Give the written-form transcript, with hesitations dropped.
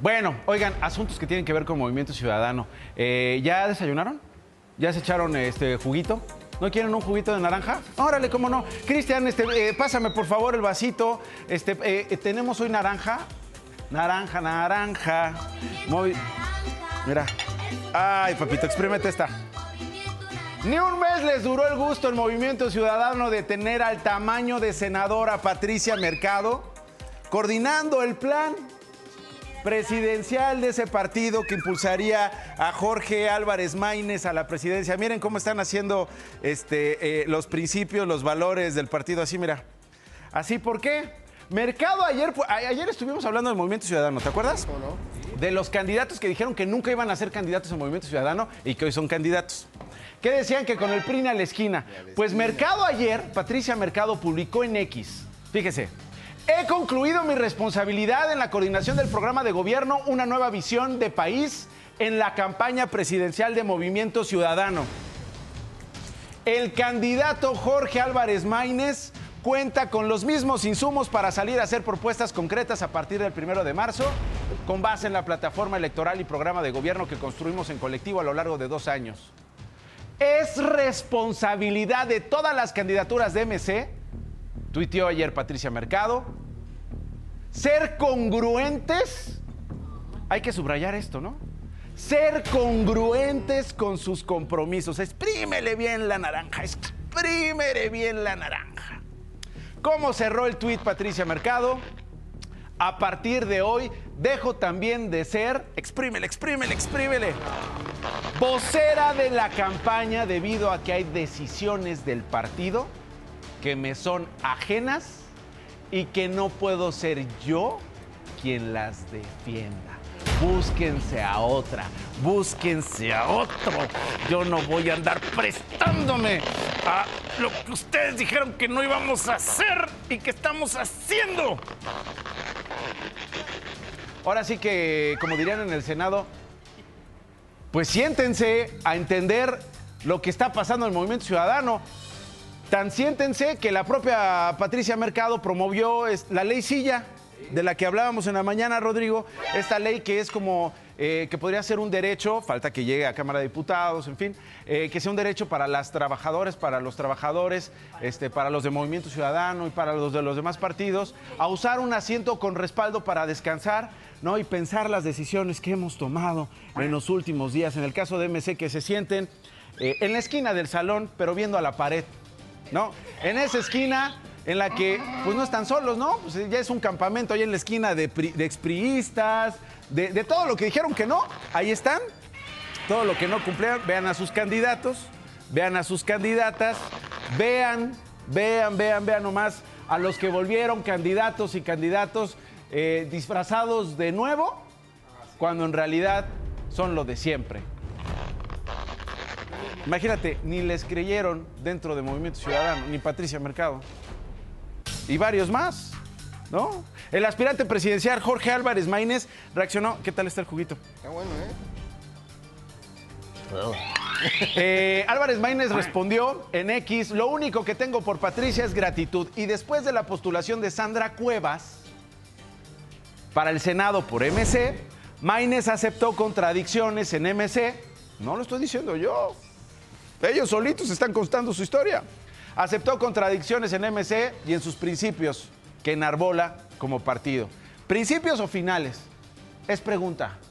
Bueno, oigan, asuntos que tienen que ver con Movimiento Ciudadano. ¿Ya desayunaron? ¿Ya se echaron juguito? ¿No quieren un juguito de naranja? Órale, cómo no. Cristian, pásame por favor el vasito. Tenemos hoy naranja. Naranja. Mira. Ay, papito, exprímete esta. Ni un mes les duró el gusto el Movimiento Ciudadano de tener al tamaño de senadora Patricia Mercado coordinando el plan presidencial de ese partido que impulsaría a Jorge Álvarez Maínez a la presidencia. Miren cómo están haciendo los principios, los valores del partido. Así, mira. Así, ¿por qué? Mercado ayer estuvimos hablando del Movimiento Ciudadano, ¿te acuerdas? ¿O no? De los candidatos que dijeron que nunca iban a ser candidatos al Movimiento Ciudadano y que hoy son candidatos. ¿Qué decían? Que con el PRI a la esquina. Pues Mercado ayer, Patricia Mercado publicó en X, fíjese: he concluido mi responsabilidad en la coordinación del programa de gobierno Una Nueva Visión de País en la campaña presidencial de Movimiento Ciudadano. El candidato Jorge Álvarez Maínez cuenta con los mismos insumos para salir a hacer propuestas concretas a partir del 1 de marzo, con base en la plataforma electoral y programa de gobierno que construimos en colectivo a lo largo de 2 años. Es responsabilidad de todas las candidaturas de MC, tuiteó ayer Patricia Mercado, ser congruentes. Hay que subrayar esto, ¿no? Ser congruentes con sus compromisos. Exprímele bien la naranja, exprímele bien la naranja. ¿Cómo cerró el tuit Patricia Mercado? A partir de hoy dejo también de ser, exprímele, vocera de la campaña debido a que hay decisiones del partido que me son ajenas y que no puedo ser yo quien las defienda. Búsquense a otra, búsquense a otro. Yo no voy a andar prestándome a lo que ustedes dijeron que no íbamos a hacer y que estamos haciendo. Ahora sí que, como dirían en el Senado, pues siéntense a entender lo que está pasando en el Movimiento Ciudadano. Tan siéntense que la propia Patricia Mercado promovió la ley Silla, de la que hablábamos en la mañana, Rodrigo. Esta ley que es como, que podría ser un derecho, falta que llegue a Cámara de Diputados, en fin, que sea un derecho para las trabajadoras, para los trabajadores, para los de Movimiento Ciudadano y para los de los demás partidos, a usar un asiento con respaldo para descansar, ¿no? Y pensar las decisiones que hemos tomado en los últimos días. En el caso de MC, que se sienten en la esquina del salón, pero viendo a la pared, ¿no? En esa esquina en la que pues no están solos, ¿no? Pues ya es un campamento ahí en la esquina de expriistas, de todo lo que dijeron que no, ahí están. Todo lo que no cumplieron, vean a sus candidatos, vean a sus candidatas, vean nomás a los que volvieron candidatos y candidatos disfrazados de nuevo, cuando en realidad son lo de siempre. Imagínate, ni les creyeron dentro de Movimiento Ciudadano, ni Patricia Mercado. Y varios más, ¿no? El aspirante presidencial Jorge Álvarez Maínez reaccionó. ¿Qué tal está el juguito? Está bueno, Álvarez Maínez respondió en X: lo único que tengo por Patricia es gratitud. Y después de la postulación de Sandra Cuevas para el Senado por MC, Maínez aceptó contradicciones en MC. No lo estoy diciendo yo. Ellos solitos están contando su historia. Aceptó contradicciones en MC y en sus principios que enarbola como partido. ¿Principios o finales? Es pregunta.